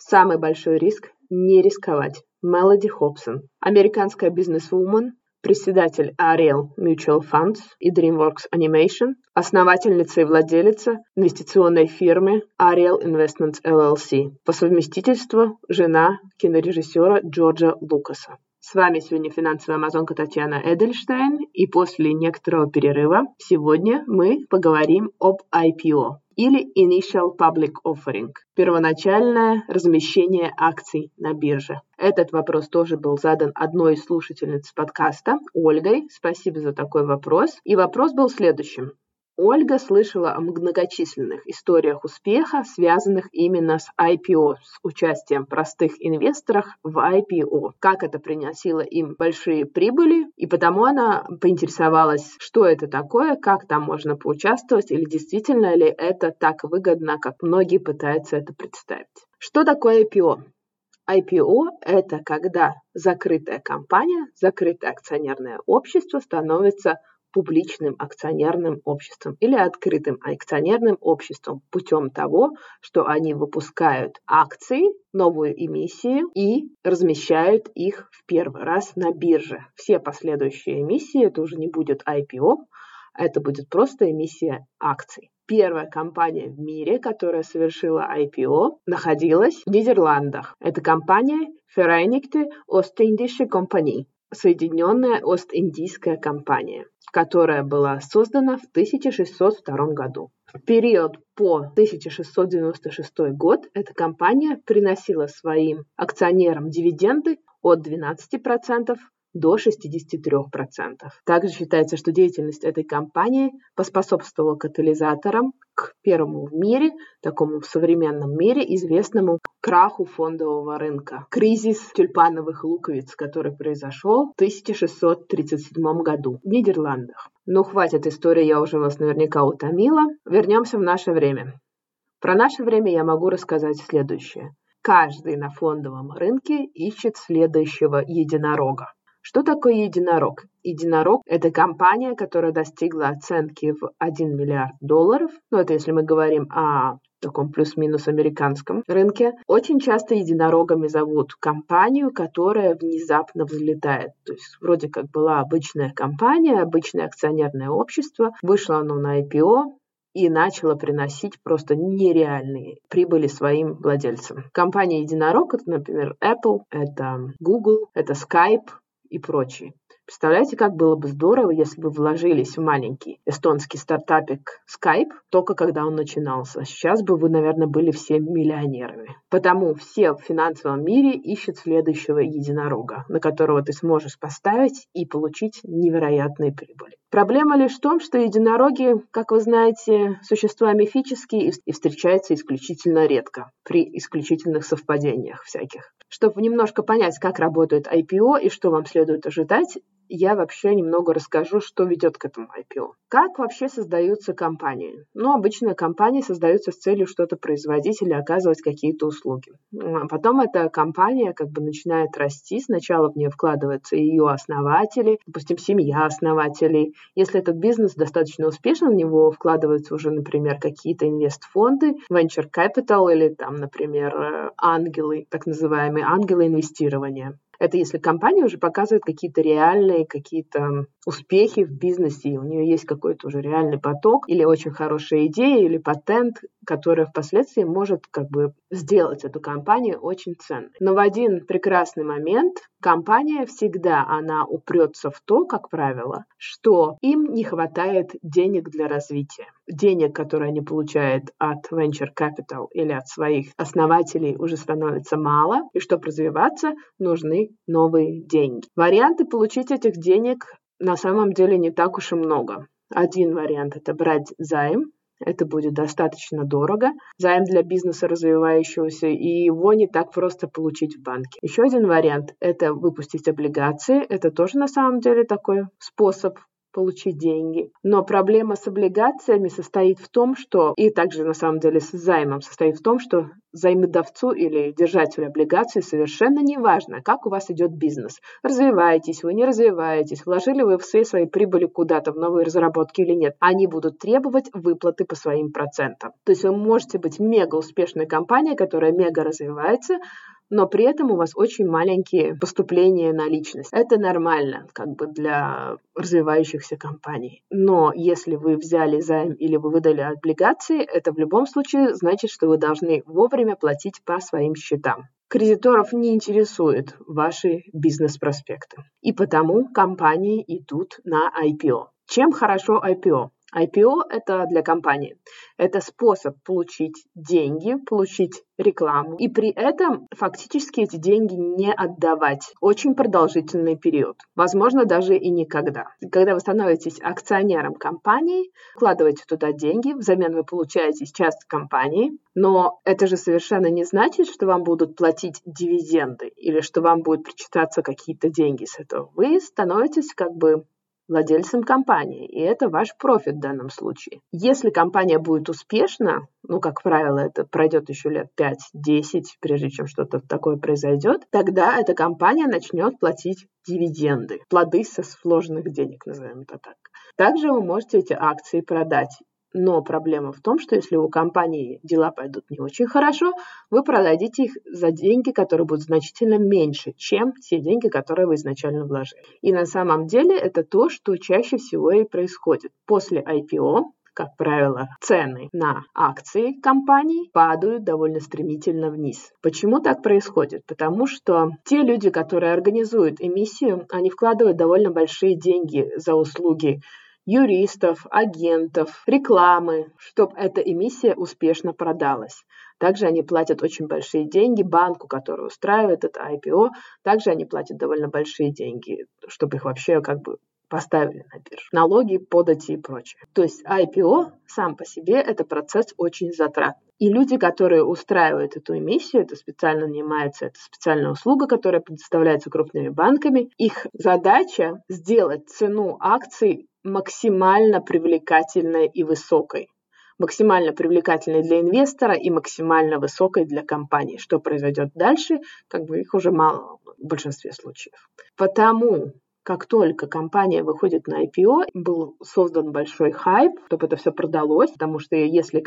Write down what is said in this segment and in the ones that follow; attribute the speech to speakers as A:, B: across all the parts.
A: Самый большой риск – не рисковать. Мелоди Хобсон, американская бизнесвумен, председатель Ariel Mutual Funds и DreamWorks Animation, основательница и владелица инвестиционной фирмы Ariel Investments LLC, по совместительству жена кинорежиссера Джорджа Лукаса. С вами сегодня финансовая амазонка Татьяна Эдельштейн, и после некоторого перерыва сегодня мы поговорим об IPO или Initial Public Offering, первоначальное размещение акций на бирже. Этот вопрос тоже был задан одной из слушательниц подкаста, Ольгой. Спасибо за такой вопрос. И вопрос был следующим. Ольга слышала о многочисленных историях успеха, связанных именно с IPO, с участием простых инвесторов в IPO. Как это приносило им большие прибыли, и потому она поинтересовалась, что это такое, как там можно поучаствовать, или действительно ли это так выгодно, как многие пытаются это представить. Что такое IPO? IPO – это когда закрытая компания, закрытое акционерное общество становится публичным акционерным обществом или открытым акционерным обществом путем того, что они выпускают акции, новую эмиссию и размещают их в первый раз на бирже. Все последующие эмиссии, это уже не будет IPO, это будет просто эмиссия акций. Первая компания в мире, которая совершила IPO, находилась в Нидерландах. Это компания Verenigde Oostindische Compagnie, Соединенная Ост-Индийская компания, которая была создана в 1602 году. В период по 1696 год эта компания приносила своим акционерам дивиденды от 12% до 63%. Также считается, что деятельность этой компании поспособствовала катализаторам к первому в мире, такому в современном мире, известному краху фондового рынка. Кризис тюльпановых луковиц, который произошел в 1637 году в Нидерландах. Ну, хватит истории, я уже вас наверняка утомила. Вернемся в наше время. Про наше время я могу рассказать следующее. Каждый на фондовом рынке ищет следующего единорога. Что такое единорог? Единорог – это компания, которая достигла оценки в $1 миллиард. Ну, это если мы говорим о таком плюс-минус американском рынке. Очень часто единорогами зовут компанию, которая внезапно взлетает. То есть вроде как была обычная компания, обычное акционерное общество, вышло оно на IPO и начало приносить просто нереальные прибыли своим владельцам. Компания единорог – это, например, Apple, это Google, это Skype и прочие. Представляете, как было бы здорово, если бы вложились в маленький эстонский стартапик Skype, только когда он начинался. Сейчас бы вы, наверное, были все миллионерами. Потому все в финансовом мире ищут следующего единорога, на которого ты сможешь поставить и получить невероятные прибыли. Проблема лишь в том, что единороги, как вы знаете, существа мифические и встречаются исключительно редко, при исключительных совпадениях всяких. Чтобы немножко понять, как работает IPO и что вам следует ожидать, я вообще немного расскажу, что ведет к этому IPO. Как вообще создаются компании? Ну, обычно компании создаются с целью что-то производить или оказывать какие-то услуги. А потом эта компания как бы начинает расти. Сначала в нее вкладываются ее основатели, допустим, семья основателей. Если этот бизнес достаточно успешен, в него вкладываются уже, например, какие-то инвестфонды, venture capital или там, например, ангелы, так называемые ангелы инвестирования. Это если компания уже показывает какие-то реальные, какие-то успехи в бизнесе, и у нее есть какой-то уже реальный поток, или очень хорошая идея, или патент, которая впоследствии может как бы сделать эту компанию очень ценной. Но в один прекрасный момент компания всегда, она упрется в то, как правило, что им не хватает денег для развития. Денег, которые они получают от venture capital или от своих основателей, уже становится мало, и чтобы развиваться, нужны новые деньги. Варианты получить этих денег на самом деле не так уж и много. Один вариант – это брать займ. Это будет достаточно дорого. Займ для бизнеса развивающегося, и его не так просто получить в банке. Еще один вариант – это выпустить облигации. Это тоже на самом деле такой способ получить деньги. Но проблема с облигациями состоит в том, что, и также на самом деле с займом, состоит в том, что займодавцу или держателю облигаций совершенно не важно, как у вас идет бизнес. Развиваетесь вы, не развиваетесь, вложили вы все свои прибыли куда-то в новые разработки или нет. Они будут требовать выплаты по своим процентам. То есть вы можете быть мега успешной компанией, которая мега развивается, но при этом у вас очень маленькие поступления наличности. Это нормально для развивающихся компаний. Но если вы взяли займ или вы выдали облигации, это в любом случае значит, что вы должны вовремя платить по своим счетам. Кредиторов не интересуют ваши бизнес-проспекты. И потому компании идут на IPO. Чем хорошо IPO? IPO – это для компании. Это способ получить деньги, получить рекламу и при этом фактически эти деньги не отдавать очень продолжительный период. Возможно, даже и никогда. Когда вы становитесь акционером компании, вкладываете туда деньги, взамен вы получаете часть компании, но это же совершенно не значит, что вам будут платить дивиденды или что вам будут причитаться какие-то деньги с этого. Вы становитесь владельцем компании, и это ваш профит в данном случае. Если компания будет успешна, как правило, это пройдет еще лет 5-10, прежде чем что-то такое произойдет, тогда эта компания начнет платить дивиденды, плоды со вложенных денег, назовем это так. Также вы можете эти акции продать. Но проблема в том, что если у компании дела пойдут не очень хорошо, вы продадите их за деньги, которые будут значительно меньше, чем те деньги, которые вы изначально вложили. И на самом деле это то, что чаще всего и происходит. После IPO, как правило, цены на акции компаний падают довольно стремительно вниз. Почему так происходит? Потому что те люди, которые организуют эмиссию, они вкладывают довольно большие деньги за услуги юристов, агентов, рекламы, чтобы эта эмиссия успешно продалась. Также они платят очень большие деньги банку, который устраивает это IPO. Также они платят довольно большие деньги, чтобы их вообще поставили на биржу. Налоги, подати и прочее. То есть IPO сам по себе это процесс очень затратный. И люди, которые устраивают эту эмиссию, это специально нанимается, это специальная услуга, которая предоставляется крупными банками. Их задача сделать цену акций максимально привлекательной и высокой. Максимально привлекательной для инвестора и максимально высокой для компании. Что произойдет дальше, их уже мало в большинстве случаев. Потому как только компания выходит на IPO, был создан большой хайп, чтобы это все продалось, потому что если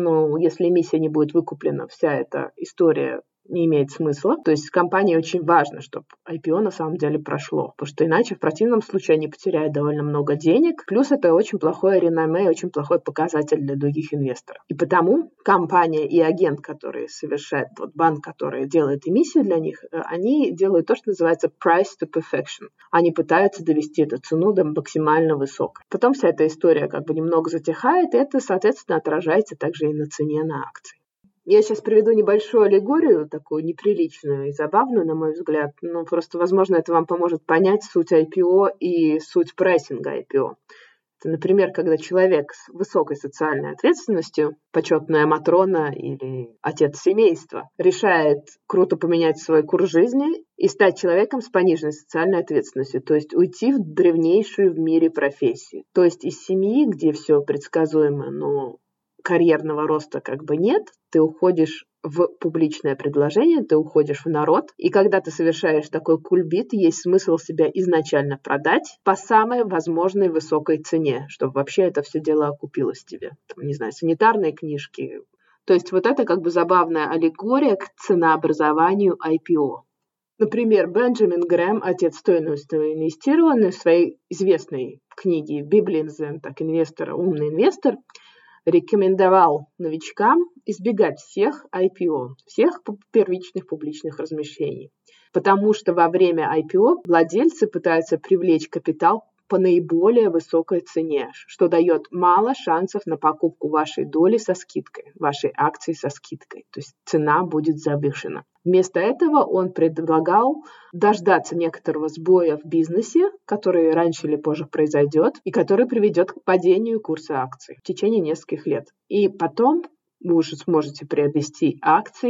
A: эмиссия не будет выкуплена, вся эта история не имеет смысла. То есть компании очень важно, чтобы IPO на самом деле прошло, потому что иначе в противном случае они потеряют довольно много денег. Плюс это очень плохое реноме, очень плохой показатель для других инвесторов. И потому компания и агент, который совершает, банк, который делает эмиссию для них, они делают то, что называется price to perfection. Они пытаются довести эту цену до максимально высокой. Потом вся эта история немного затихает, и это, соответственно, отражается также и на цене на акции. Я сейчас приведу небольшую аллегорию, такую неприличную и забавную, на мой взгляд, но просто, возможно, это вам поможет понять суть IPO и суть прайсинга IPO. Это, например, когда человек с высокой социальной ответственностью, почетная матрона или отец семейства, решает круто поменять свой курс жизни и стать человеком с пониженной социальной ответственностью, то есть уйти в древнейшую в мире профессию. То есть из семьи, где все предсказуемо, но карьерного роста нет, ты уходишь в публичное предложение, ты уходишь в народ, и когда ты совершаешь такой кульбит, есть смысл себя изначально продать по самой возможной высокой цене, чтобы вообще это все дело окупилось тебе. Санитарные книжки. То есть это забавная аллегория к ценообразованию IPO. Например, Бенджамин Грэм, отец стоимостного инвестирования, в своей известной книге «Библия инвестора, умный инвестор», рекомендовал новичкам избегать всех IPO, всех первичных публичных размещений. Потому что во время IPO владельцы пытаются привлечь капитал по наиболее высокой цене, что дает мало шансов на покупку вашей доли со скидкой, вашей акции со скидкой. То есть цена будет завышена. Вместо этого он предлагал дождаться некоторого сбоя в бизнесе, который раньше или позже произойдет, и который приведет к падению курса акций в течение нескольких лет. И потом вы уже сможете приобрести акции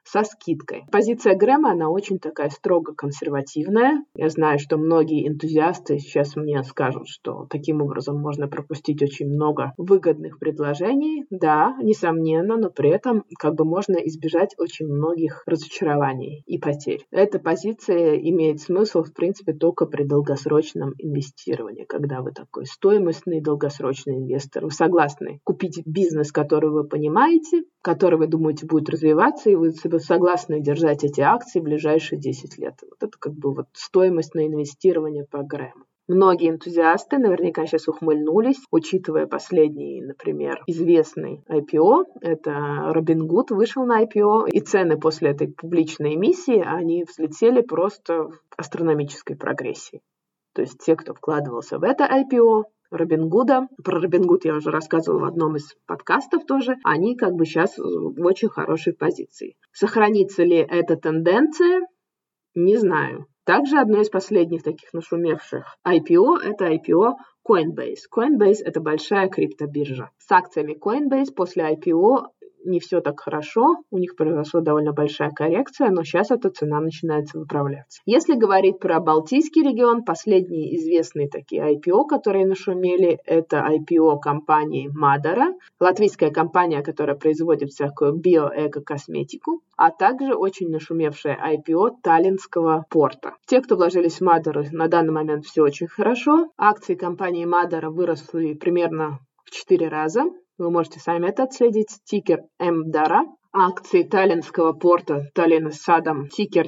A: со скидкой. Позиция Грэма, она очень такая строго консервативная. Я знаю, что многие энтузиасты сейчас мне скажут, что таким образом можно пропустить очень много выгодных предложений. Да, несомненно, но при этом можно избежать очень многих разочарований и потерь. Эта позиция имеет смысл, в принципе, только при долгосрочном инвестировании, когда вы такой стоимостный долгосрочный инвестор. Вы согласны купить бизнес, который вы понимаете, который вы думаете будет развиваться, и вы согласны держать эти акции в ближайшие 10 лет. Вот это стоимость на инвестирование по Грэму. Многие энтузиасты наверняка сейчас ухмыльнулись, учитывая последний, например, известный IPO. Это Robinhood вышел на IPO, и цены после этой публичной эмиссии, они взлетели просто в астрономической прогрессии. То есть те, кто вкладывался в это IPO, Робингуда, про Робингуд я уже рассказывала в одном из подкастов тоже, они сейчас в очень хорошей позиции. Сохранится ли эта тенденция? Не знаю. Также одно из последних таких нашумевших IPO – это IPO Coinbase. Coinbase – это большая криптобиржа. С акциями Coinbase после IPO не все так хорошо, у них произошла довольно большая коррекция, но сейчас эта цена начинается выправляться. Если говорить про Балтийский регион, последние известные такие IPO, которые нашумели, это IPO компании Мадара, латвийская компания, которая производит всякую биоэко-косметику, а также очень нашумевшая IPO Таллинского порта. Те, кто вложились в Мадару, на данный момент все очень хорошо. Акции компании Мадара выросли примерно в 4 раза. Вы можете сами это отследить. Тикер МДАРА. Акции Таллинского порта Таллин с Садом, тикер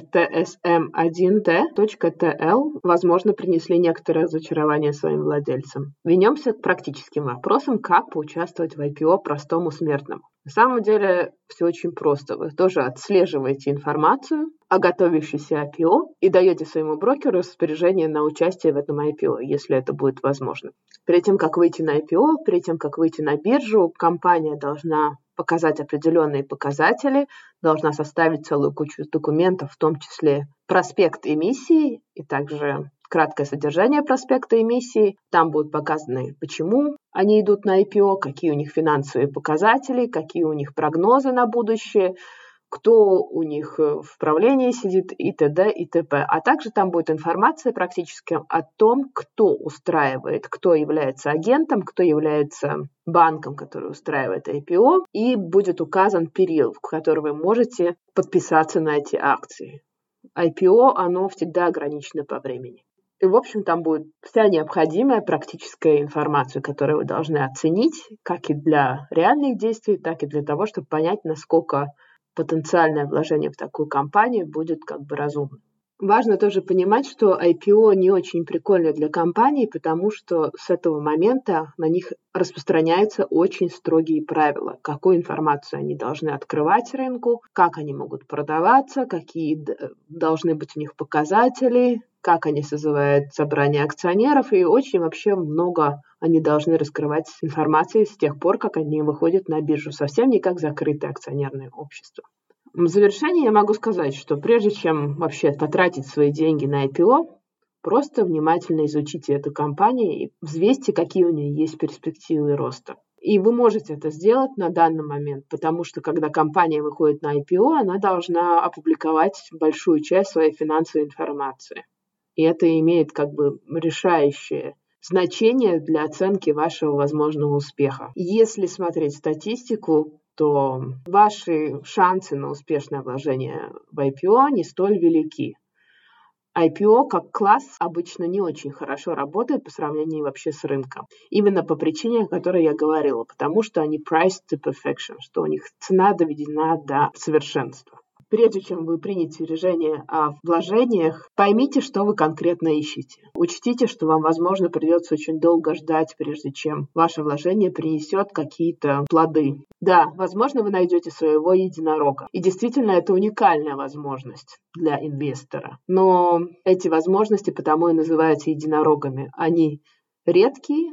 A: TSM1T.TL, возможно, принесли некоторое разочарование своим владельцам. Вернемся к практическим вопросам, как поучаствовать в IPO простому смертному. На самом деле все очень просто. Вы тоже отслеживаете информацию о готовящейся IPO и даете своему брокеру распоряжение на участие в этом IPO, если это будет возможно. Перед тем, как выйти на IPO, перед тем, как выйти на биржу, компания должна показать определенные показатели, должна составить целую кучу документов, в том числе проспект эмиссии и также краткое содержание проспекта эмиссии. Там будут показаны, почему они идут на IPO, какие у них финансовые показатели, какие у них прогнозы на будущее, кто у них в правлении сидит и т.д. и т.п. А также там будет информация практически о том, кто устраивает, кто является агентом, кто является банком, который устраивает IPO, и будет указан период, в который вы можете подписаться на эти акции. IPO, оно всегда ограничено по времени. И, в общем, там будет вся необходимая практическая информация, которую вы должны оценить, как и для реальных действий, так и для того, чтобы понять, насколько потенциальное вложение в такую компанию будет разумным. Важно тоже понимать, что IPO не очень прикольно для компаний, потому что с этого момента на них распространяются очень строгие правила, какую информацию они должны открывать рынку, как они могут продаваться, какие должны быть у них показатели, как они созывают собрание акционеров, и очень вообще много они должны раскрывать информации с тех пор, как они выходят на биржу, совсем не как закрытое акционерное общество. В завершение я могу сказать, что прежде чем вообще потратить свои деньги на IPO, просто внимательно изучите эту компанию и взвесьте, какие у нее есть перспективы роста. И вы можете это сделать на данный момент, потому что когда компания выходит на IPO, она должна опубликовать большую часть своей финансовой информации. И это имеет решающее значение для оценки вашего возможного успеха. Если смотреть статистику, то ваши шансы на успешное вложение в IPO не столь велики. IPO как класс обычно не очень хорошо работает по сравнению вообще с рынком. Именно по причине, о которой я говорила, потому что они priced to perfection, что у них цена доведена до совершенства. Прежде чем вы примете решение о вложениях, поймите, что вы конкретно ищете. Учтите, что вам, возможно, придется очень долго ждать, прежде чем ваше вложение принесет какие-то плоды. Да, возможно, вы найдете своего единорога. И действительно, это уникальная возможность для инвестора. Но эти возможности потому и называются единорогами. Они редкие,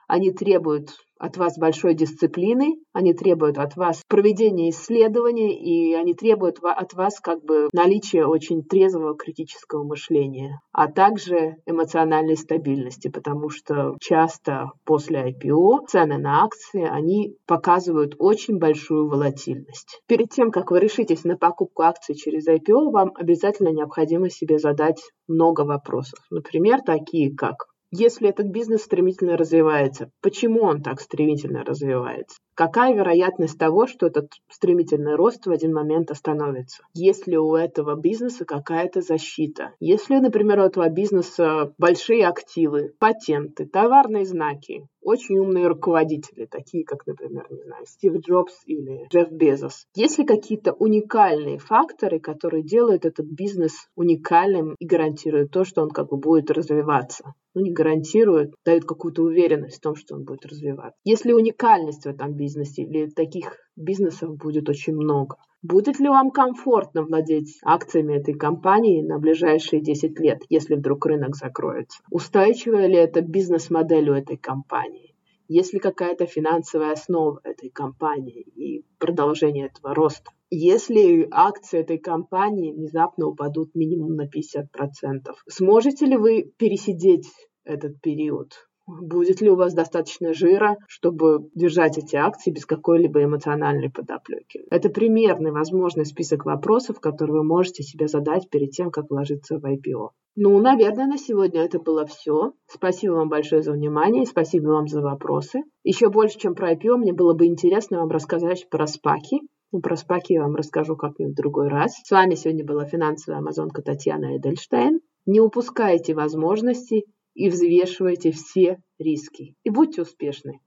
A: Они требуют от вас большой дисциплины, они требуют от вас проведения исследований, и они требуют от вас наличия очень трезвого критического мышления, а также эмоциональной стабильности, потому что часто после IPO цены на акции, они показывают очень большую волатильность. Перед тем, как вы решитесь на покупку акций через IPO, вам обязательно необходимо себе задать много вопросов. Например, такие как: если этот бизнес стремительно развивается, почему он так стремительно развивается? Какая вероятность того, что этот стремительный рост в один момент остановится? Есть ли у этого бизнеса какая-то защита? Есть ли, например, у этого бизнеса большие активы, патенты, товарные знаки, очень умные руководители, такие как, например, Стив Джобс или Джефф Безос? Есть ли какие-то уникальные факторы, которые делают этот бизнес уникальным и гарантируют то, что он будет развиваться? Не гарантируют, дают какую-то уверенность в том, что он будет развиваться. Если уникальность в этом бизнесе или таких бизнесов будет очень много, будет ли вам комфортно владеть акциями этой компании на ближайшие 10 лет, если вдруг рынок закроется? Устойчивая ли это бизнес-модель у этой компании? Есть ли какая-то финансовая основа этой компании и продолжение этого роста? Если акции этой компании внезапно упадут минимум на 50%, сможете ли вы пересидеть этот период? Будет ли у вас достаточно жира, чтобы держать эти акции без какой-либо эмоциональной подоплеки? Это примерный возможный список вопросов, которые вы можете себе задать перед тем, как вложиться в IPO. Наверное, на сегодня это было все. Спасибо вам большое за внимание, спасибо вам за вопросы. Еще больше, чем про IPO, мне было бы интересно вам рассказать про спаки. Про спаки я вам расскажу как-нибудь в другой раз. С вами сегодня была финансовая амазонка Татьяна Эдельштейн. Не упускайте возможности и взвешивайте все риски. И будьте успешны.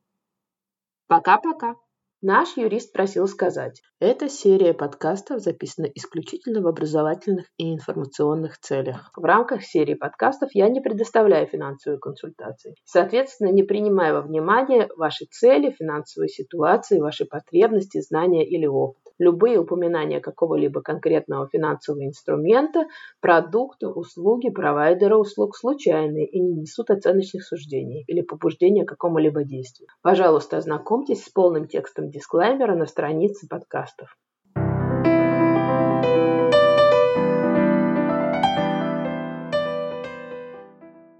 A: Пока-пока. Наш юрист просил сказать. Эта серия подкастов записана исключительно в образовательных и информационных целях. В рамках серии подкастов я не предоставляю финансовые консультации. Соответственно, не принимая во внимание ваши цели, финансовые ситуации, ваши потребности, знания или опыт. Любые упоминания какого-либо конкретного финансового инструмента, продукта, услуги, провайдера услуг случайные и не несут оценочных суждений или побуждения к какому-либо действию. Пожалуйста, ознакомьтесь с полным текстом дисклеймера на странице подкастов.